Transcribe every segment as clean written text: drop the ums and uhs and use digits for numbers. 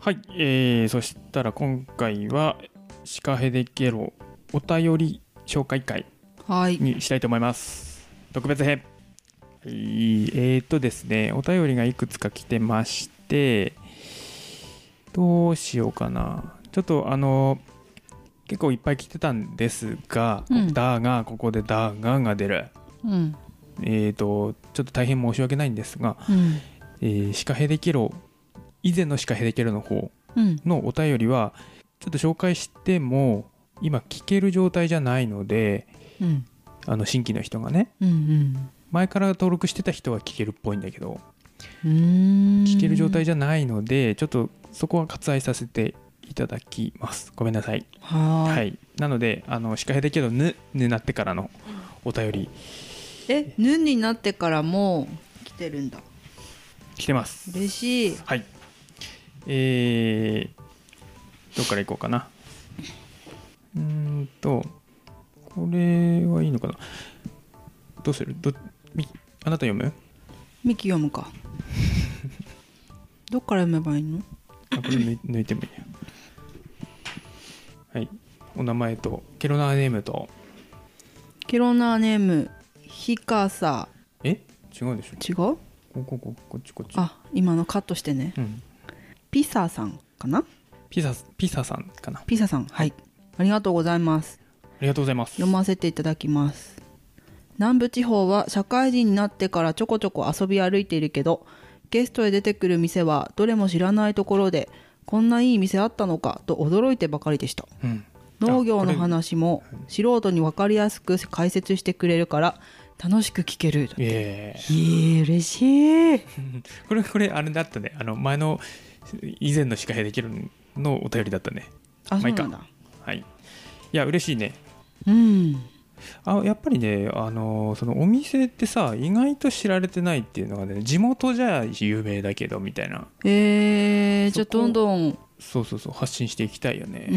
はい、そしたら今回はシカヘデケロお便り紹介会にしたいと思います。特別編。ですね、お便りがいくつか来てまして、どうしようかな。ちょっと結構いっぱい来てたんですが、ここでだが出る。ちょっと大変申し訳ないんですが、シカヘデケロ以前のシカヘデケロの方のお便りはちょっと紹介しても今聞ける状態じゃないので、新規の人がね、前から登録してた人は聞けるっぽいんだけど、聞ける状態じゃないのでちょっとそこは割愛させていただきます。ごめんなさい。はい。なのでシカヘデケロになってからのお便り。 ぬになってからも来てるんだ。 来てます。 嬉しい。 はい。どっからいこうかな。これはいいのかな。どうする？あなた読む？ ミキ読むか。どっから読めばいいの？ これ抜いてもいいよ。はい。お名前とケロナーネームと。 ケロナーネームヒカサ。 違うでしょ。 違う？ こっち。 あ、今のカットしてね。ピサさんかな？ ピサさんかな。 ピサさん、はい。ありがとうございます。 ありがとうございます。 読ませていただきます。南部地方は社会人になってからちょこちょこ遊び歩いているけど、ゲストへ出てくる店はどれも知らないところで、こんないい店あったのかと驚いてばかりでした。農業の話も素人に分かりやすく解説してくれるから楽しく聞ける。嬉しい。 これあれだったね。前の以前のシカヘデケロのお便りだったね。 あ、そうなんだ。 はい。いや嬉しいね。やっぱりね、そのお店ってさ、意外と知られてないっていうのがね、地元じゃ有名だけどみたいな。 じゃあどんどんそう発信していきたいよね。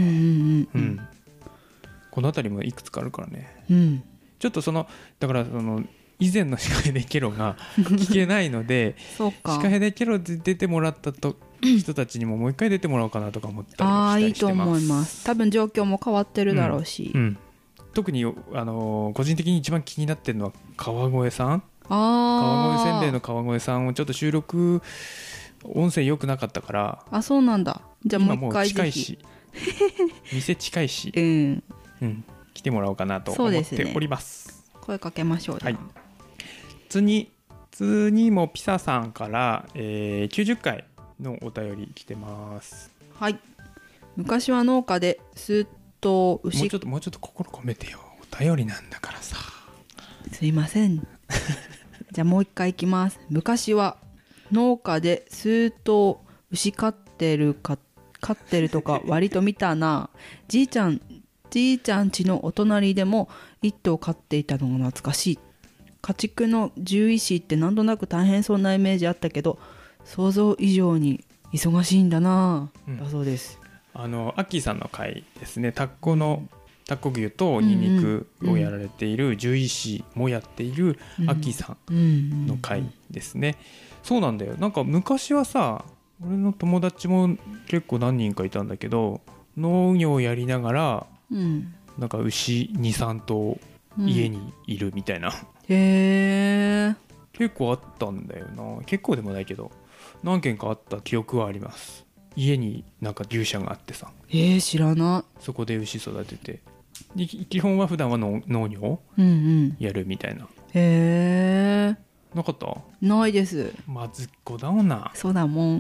この辺りもいくつかあるからね。ちょっとだから以前のシカヘデケロが聞けないのでシカヘデケロで出てもらった人たちにももう一回出てもらおうかなとか思ったりしたりしてます。 いいと思います。多分状況も変わってるだろうし、 特に個人的に一番気になってるのは川越さん。川越せんべいの川越さんをちょっと収録音声良くなかったから。 そうなんだ。じゃあもう一回近いし店近いし、来てもらおうかなと思っております。 声かけましょう。 はい。次もピサさんから、90回のお便り来てます。はい。 昔は農家で数頭牛。 もうちょっと心込めてよ。お便りなんだからさ。 すいません。じゃあもう一回いきます。昔は農家で数頭牛飼ってるとか割と見たな。じいちゃん家のお隣でも一頭飼っていたのが懐かしい。家畜の獣医師ってなんとなく大変そうなイメージあったけど、想像以上に忙しいんだな、だそうです。 アッキーさんの回ですね。タッコ牛とニンニクをやられている獣医師もやっているアッキーさんの回ですね。そうなんだよ。なんか昔はさ、俺の友達も結構何人かいたんだけど、農業をやりながら、なんか牛 2,3 頭家にいるみたいな、結構あったんだよな。結構でもないけど何軒かあった記憶はあります。家になんか牛舎があってさ、 知らない。 そこで牛育てて、基本は普段は農業やるみたいな。なかった？ ないです。 まずっこだもんな。 そうだもん。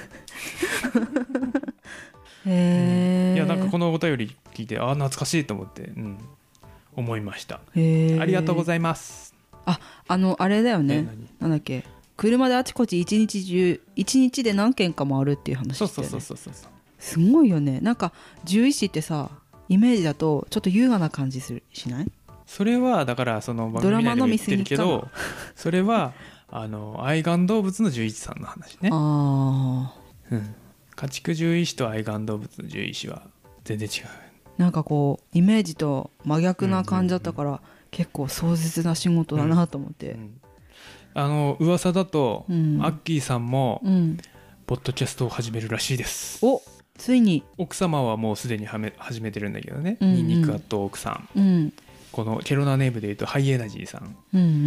いや、なんかこのお便り聞いて懐かしいと思って、思いました。ありがとうございます。 あれだよね。なんだっけ、車であちこち一日で何軒かもあるっていう話だよね。そう。すごいよね。なんか獣医師ってさ、イメージだとちょっと優雅な感じしない？ それはだからその番組内でも言ってるけど、それは愛玩動物の獣医師さんの話ね。家畜獣医師と愛玩動物の獣医師は全然違う。なんかこうイメージと真逆な感じだったから、結構壮絶な仕事だなと思って、 噂だと、アッキーさんも、 ポッドキャストを始めるらしいです。 お、ついに。 奥様はもうすでに始めてるんだけどね、 うんうん、 ニンニクアット奥さん、 うん、 このケロナネームでいうとハイエナジーさん、 うんうんうん、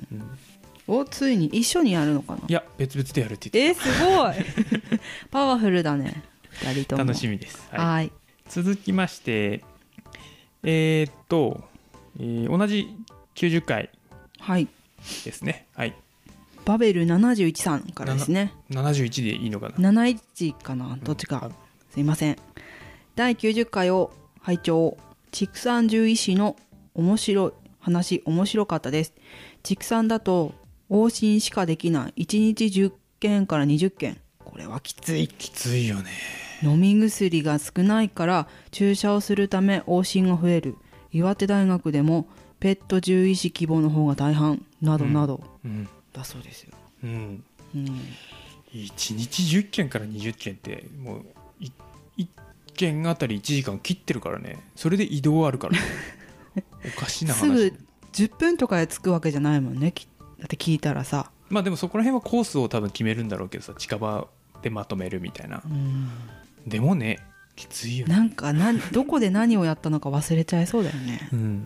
お、ついに一緒にやるのかな。 いや別々でやるって言ってた。すごいパワフルだね2人とも。 楽しみです。 はい、 続きまして同じ90回ですね。はい、 バベル71さんからですね。 71でいいのかな、 71かな、どっちか、すいません。第90回を拝聴。畜産獣医師の面白かったです。畜産だと往診しかできない1日10件から20件。これはきついよね。 飲み薬が少ないから注射をするため往診が増える。岩手大学でもペット獣医師希望の方が大半などなど、だそうですよ。 1日10件から20件ってもう1件あたり1時間切ってるからね。それで移動あるからねおかしな話。 すぐ10分とかで着くわけじゃないもんね。だって聞いたらさ。 まあでもそこら辺はコースを多分決めるんだろうけどさ、近場でまとめるみたいな。でもね、きついよね。 なんかどこで何をやったのか忘れちゃいそうだよね。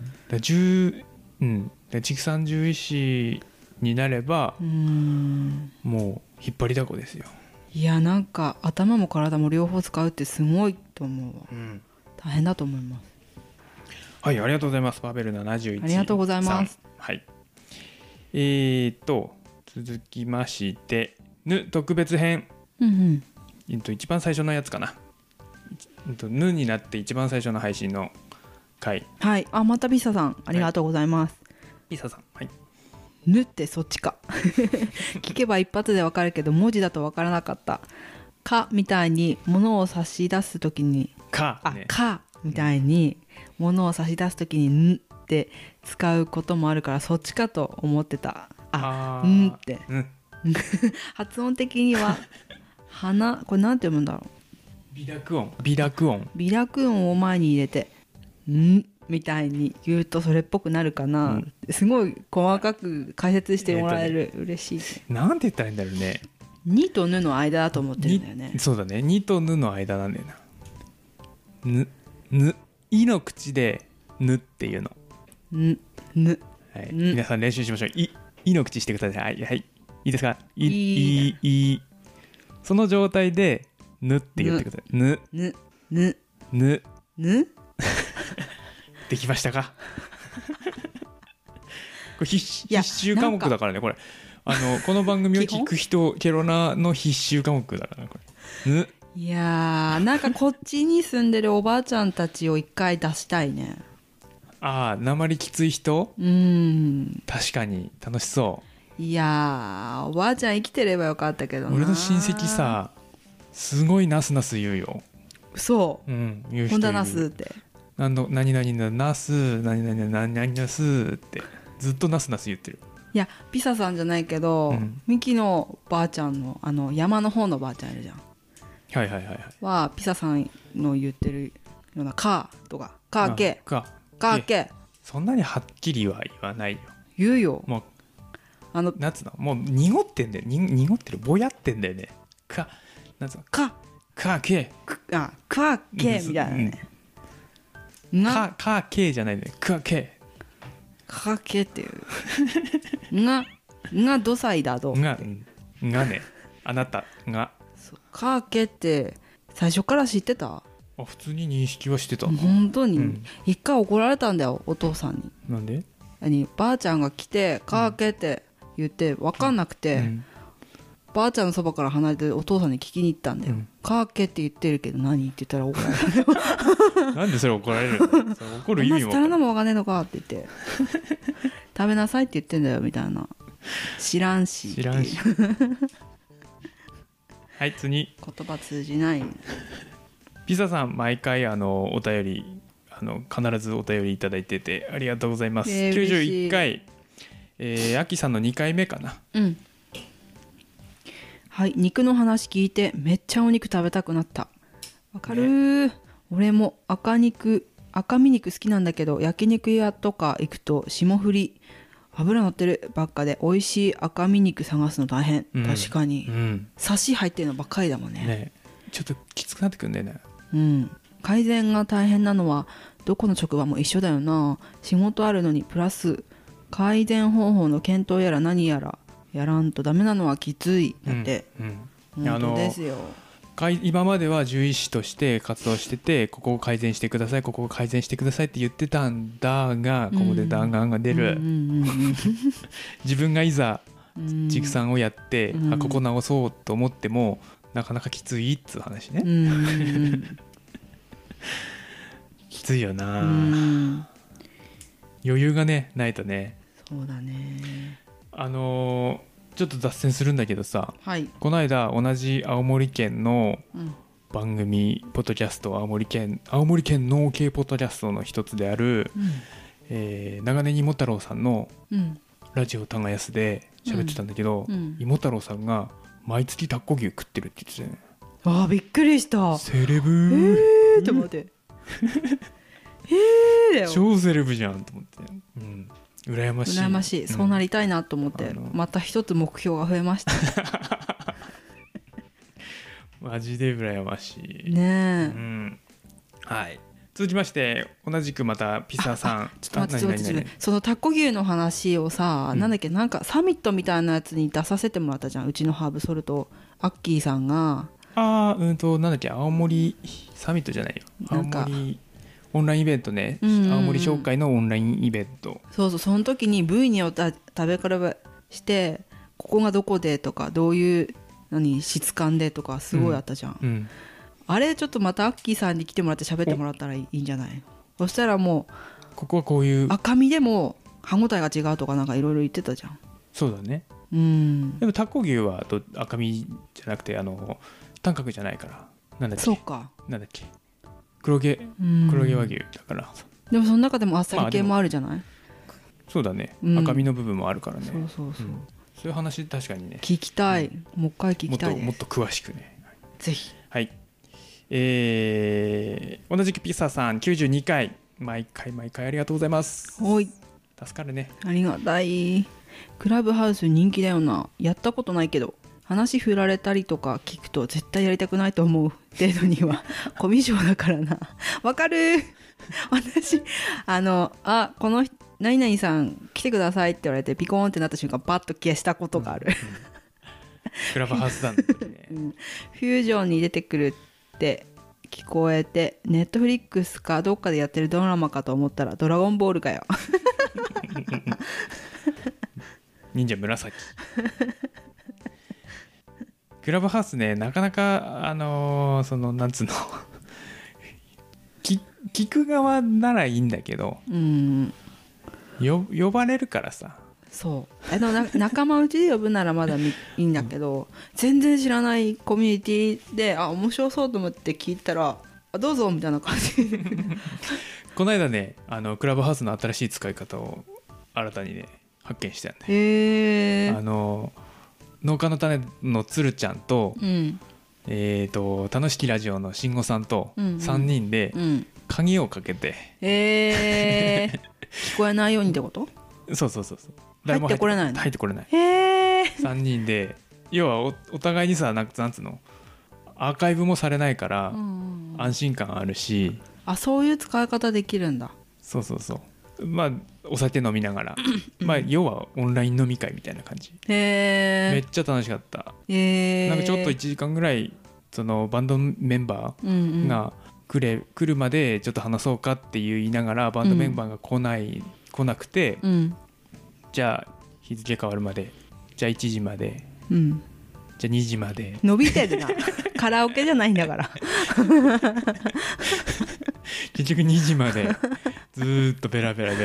畜産獣医師になればもう引っ張りだこですよ。 いや、なんか頭も体も両方使うってすごいと思うわ。大変だと思います。 はい、ありがとうございます。バベル71。 ありがとうございます。 はい。続きまして特別編、一番最初のやつかな。になって一番最初の配信の回。 はい。またビサさんありがとうございます。 ビサさん、はい。 ってそっちか聞けば一発でわかるけど文字だとわからなかった。かみたいに物を差し出すときにかみたいに物を差し出すときにんって使うこともあるから、そっちかと思ってた。んって発音的には鼻、これなんて読むんだろう。 微濁音を前に入れてんみたいに言うとそれっぽくなるかな、すごい細かく解説してもらえる、嬉しい。 なんて言ったらいいんだろうね。 にとぬの間だと思ってるんだよね。 そうだね、にとぬの間なんだよな。いの口でぬっていうの。はい、皆さん練習しましょう。いの口してください。はい、いいですか。いその状態でぬって言ってください。ぬできましたかこれ必修科目だからね、これ。この番組を聞く人ケロナの必修科目だからね、これ。 いやー、なんかこっちに住んでるおばあちゃんたちを一回出したいね。 鉛きつい人？確かに楽しそう。 いやー、おばあちゃん生きてればよかったけどな。 俺の親戚さ、すごいナスナス言うよ。 そう。 言う人いる。 ホンダナスって。 何々のナス、何々ナスってずっとナスナス言ってる。 いや、ピサさんじゃないけど、ミキのばあちゃんの山の方のばあちゃんいるじゃん。はピサさんの言ってるようなカーとかカーケそんなにはっきりは言わないよ。 言うよ。 もうなんつうの、もう濁ってんだよ。濁ってる、ぼやってんだよね。なんつうの、カーケみたいなね。 カーケじゃないね。カーケっていうがどさいだどがね、あなたがカーケって最初から知ってた？ 普通に認識はしてた。 本当に、一回怒られたんだよ、お父さんに。 なんで？ ばあちゃんが来てカーケって言って分かんなくて、ばあちゃんのそばから離れてお父さんに聞きに行ったんだよ。カーケって言ってるけど何って言ったら怒られる。 なんでそれ怒られるの？怒る意味も分かんない。 足らなも分かんねえのかって言って食べなさいって言ってんだよみたいな。知らんしはい、次。 言葉通じない。 ピザさん、毎回お便り必ずお便りいただいててありがとうございます。91回、アキさんの2回目かな。 はい、肉の話聞いてめっちゃお肉食べたくなった。わかる、俺も赤身肉好きなんだけど、焼肉屋とか行くと霜降り油乗ってるばっかで美味しい赤身肉探すの大変、 うん、 確かに、 うん、 サシ入ってるのばっかりだもんね。 ね、ちょっときつくなってくるんだよね。 うん、改善が大変なのはどこの職場も一緒だよな。仕事あるのにプラス改善方法の検討やら何やらやらんとダメなのはきついだって、 うん、 本当ですよ。 今までは獣医師として活動してて、ここを改善してください、ここを改善してくださいって言ってたんだが、ここで弾丸が出る、自分がいざ畜産をやって、あ、ここ直そうと思ってもなかなかきついっつう話ね。きついよな、余裕がねないとね。 そうだね。 ちょっと脱線するんだけどさ、 はい、 この間同じ青森県の番組、ポッドキャスト、青森県農系ポッドキャストの一つである、長根芋太郎さんのラジオ耕すで喋ってたんだけど、芋太郎さんが毎月タッコ牛食ってるって言ってたよね。 あー、びっくりした。 セレブと思ってだよ。 超セレブじゃんと思って、羨ましい。 羨ましい、そうなりたいなと思って、また一つ目標が増えましたマジで羨ましいねえ、はい。続きまして同じくまたピサさん。 ちょっと待って、そのタコ牛の話をさ、なんだっけ、なんかサミットみたいなやつに出させてもらったじゃん、うちのハーブソルトアッキーさんが。 なんだっけ、青森サミットじゃないよ、青森オンラインイベントね、青森紹介のオンラインイベント。 そうそう、その時に部位によって食べ比べして、ここがどこでとか、どういう質感でとかすごいあったじゃん、あれちょっとまたアッキーさんに来てもらって喋ってもらったらいいんじゃない？そしたらもうここはこういう赤身でも歯ごたえが違うとかなんかいろいろ言ってたじゃん。 そうだね、でもタコ牛は赤身じゃなくて単角じゃないから、なんだっけ、 そうか、 なんだっけ、黒毛和牛だから。 でもその中でもあっさり系もあるじゃない、 そうだね、赤身の部分もあるからね。そういう話確かにね聞きたい、もう一回聞きたいです。 もっと詳しくね、 ぜひ。 はい。同じくピサさん92回、毎回ありがとうございます。 おい、 助かるね。 ありがたい。クラブハウス人気だよな。やったことないけど話振られたりとか聞くと絶対やりたくないと思う程度にはコミュ障だからな。わかる。私この何々さん来てくださいって言われてピコーンってなった瞬間パッと消したことがある、 クラブハウスだね、 フュージョンに出てくるって聞こえて、ネットフリックスかどっかでやってるドラマかと思ったらドラゴンボールかよ。 忍者紫。クラブハウスね、なかなかなんつうの聞く側ならいいんだけど、呼ばれるからさ。 そう仲間内で呼ぶならまだいいんだけど、全然知らないコミュニティで面白そうと思って聞いたらどうぞみたいな感じ。 この間ね、クラブハウスの新しい使い方を新たにね発見したよね。農家の種のつるちゃんと、楽しきラジオのしんごさんと3人で鍵をかけて、 聞こえないようにってこと？ そう入ってこれないの？ 入ってこれない。3人で、要は お互いにさ、なんつうの、アーカイブもされないから安心感あるし、 そういう使い方できるんだ。 そう、まあお酒飲みながらまあ要はオンライン飲み会みたいな感じ。めっちゃ楽しかった。なんかちょっと1時間ぐらいそのバンドメンバーが来るまでちょっと話そうかって言いながら、バンドメンバーが来なくて、じゃあ日付変わるまで、じゃあ1時まで、じゃあ2時まで。 伸びてるな。カラオケじゃないんだから。 結局2時までずっとベラベラ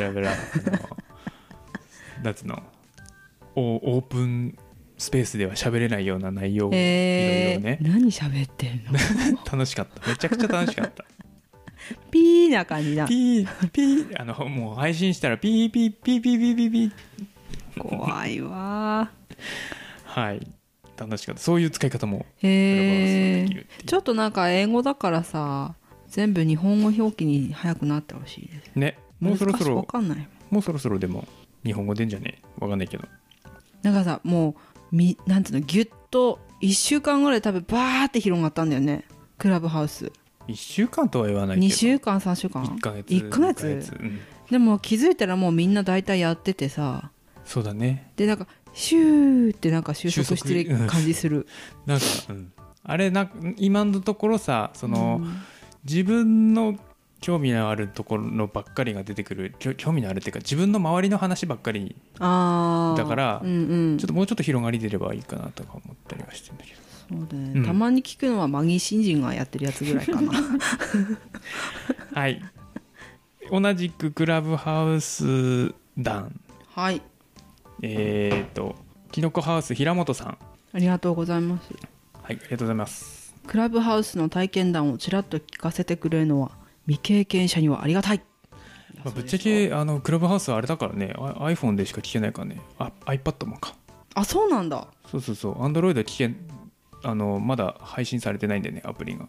なんつうの、オープンスペースでは喋れないような内容をいろいろね。 何喋ってんの？ 楽しかった、めちゃくちゃ楽しかった。 ピーな感じだ。 ピーもう配信したらピーピーピーピーピーピーピー。 怖いわ。 はい、楽しかった。そういう使い方もちょっとなんか英語だからさ、全部日本語表記に早くなってほしいですね。もうそろそろ分かんない。 もうそろそろでも日本語でんじゃねえわかんないけど、 なんかさもうなんていうのギュッと1週間ぐらい多分バーって広がったんだよねクラブハウス。 1週間とは言わないけど 2週間3週間 1ヶ月 1ヶ月、 うん、 でも気づいたらもうみんな大体やっててさ、 そうだね。 でなんかシューってなんか収束してる感じする、 なんか、あれ今のところさその、自分の興味のあるところのばっかりが出てくる、興味のあるっていうか自分の周りの話ばっかりだから、ちょっともうちょっと広がり出ればいいかなとか思ったりはしてるんだけど。 そうね、たまに聞くのはマギー・シンジンがやってるやつぐらいかなはい、同じくクラブハウス団、 はい、 キノコハウス平本さん、 ありがとうございます。 はい、ありがとうございます。 クラブハウスの体験談をちらっと聞かせてくれるのは未経験者にはありがたい。 ぶっちゃけクラブハウスはあれだからね、iPhone でしか聞けないからね。iPad もか。 あ、そうなんだ。 そうそうそう、Android で聞けまだ配信されてないんだよね、アプリが。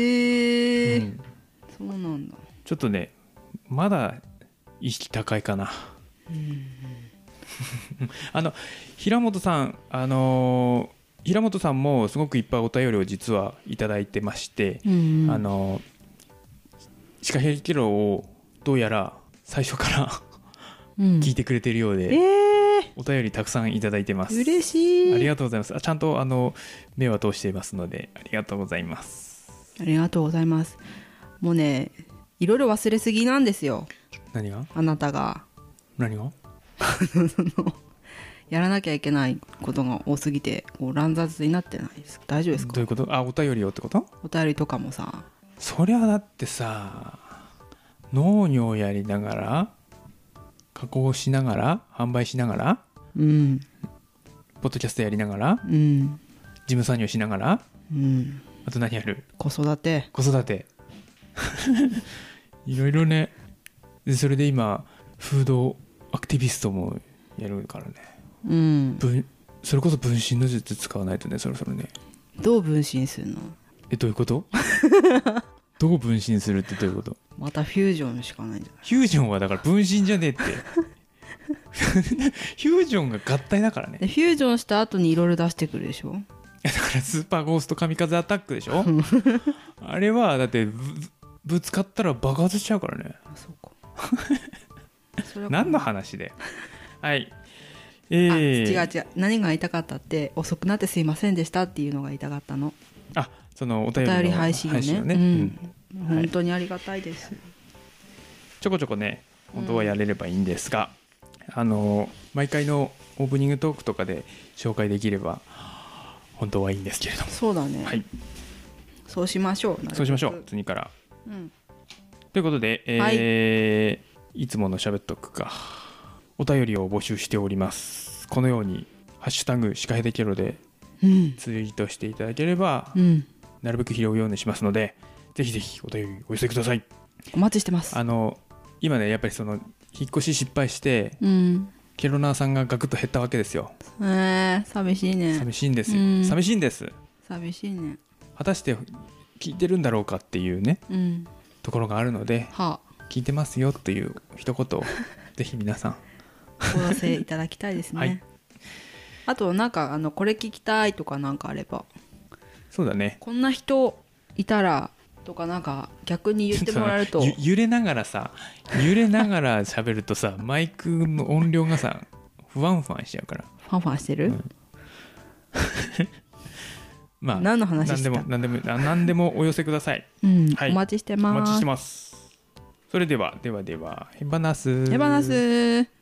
そうなんだ。 ちょっとねまだ意識高いかな。平本さん平本さんもすごくいっぱいお便りを実はいただいてまして、シカヘリケロをどうやら最初から聞いてくれてるようで、お便りたくさんいただいてます。 嬉しい。 ありがとうございます。ちゃんと目は通していますのでありがとうございます。 ありがとうございます。もうねいろいろ忘れすぎなんですよ。 何が？ あなたが何が？ やらなきゃいけないことが多すぎてこう乱雑になってないですか？大丈夫ですか？ どういうこと？お便りをってこと？お便りとかもさ、 そりゃだってさ農業やりながら加工しながら販売しながら、ポッドキャストやりながら、事務作業しながら、あと何やる？ 子育ていろいろね。でそれで今フードアクティビストもやるからね、それこそ分身の術使わないとね、そろそろね。 どう分身するの？ どういうことどう分身するってどういうこと？ またフュージョンしかないんじゃない？ フュージョンはだから分身じゃねえってフュージョンが合体だからね。 フュージョンした後にいろいろ出してくるでしょ。 だからスーパーゴースト神風アタックでしょあれはだってぶつかったら爆発しちゃうからね。あ、そうか何の話ではい、違う何が言いたかったって、遅くなってすいませんでしたっていうのが言いたかったの。 そのお便りの配信をね、本当にありがたいです、 ちょこちょこね本当はやれればいいんですが、毎回のオープニングトークとかで紹介できれば本当はいいんですけれども。 そうだね、 はい、 そうしましょう次から、ということで、いつものしゃべっとくかお便りを募集しております。このようにハッシュタグシカヘデケロでツイートしていただければ、なるべく拾うようにしますので、ぜひぜひお便りお寄せください。 お待ちしてます。 今ねやっぱりその引っ越し失敗して、ケロナーさんがガクッと減ったわけですよ。 寂しいね。 寂しいんですよ、寂しいんです。 寂しいね。 果たして聞いてるんだろうかっていうね、ところがあるので、聞いてますよっていう一言をぜひ皆さんお寄せいただきたいですね、はい、あとなんかこれ聞きたいとかなんかあれば。 そうだね、 こんな人いたらとかなんか逆に言ってもらえると揺れながら喋るとさマイクの音量がさふわんふわんしちゃうから。 ファンファンしてる、まあ何の話した？ 何でもお寄せください、 はい、お待ちしてます。 それではヘバナス。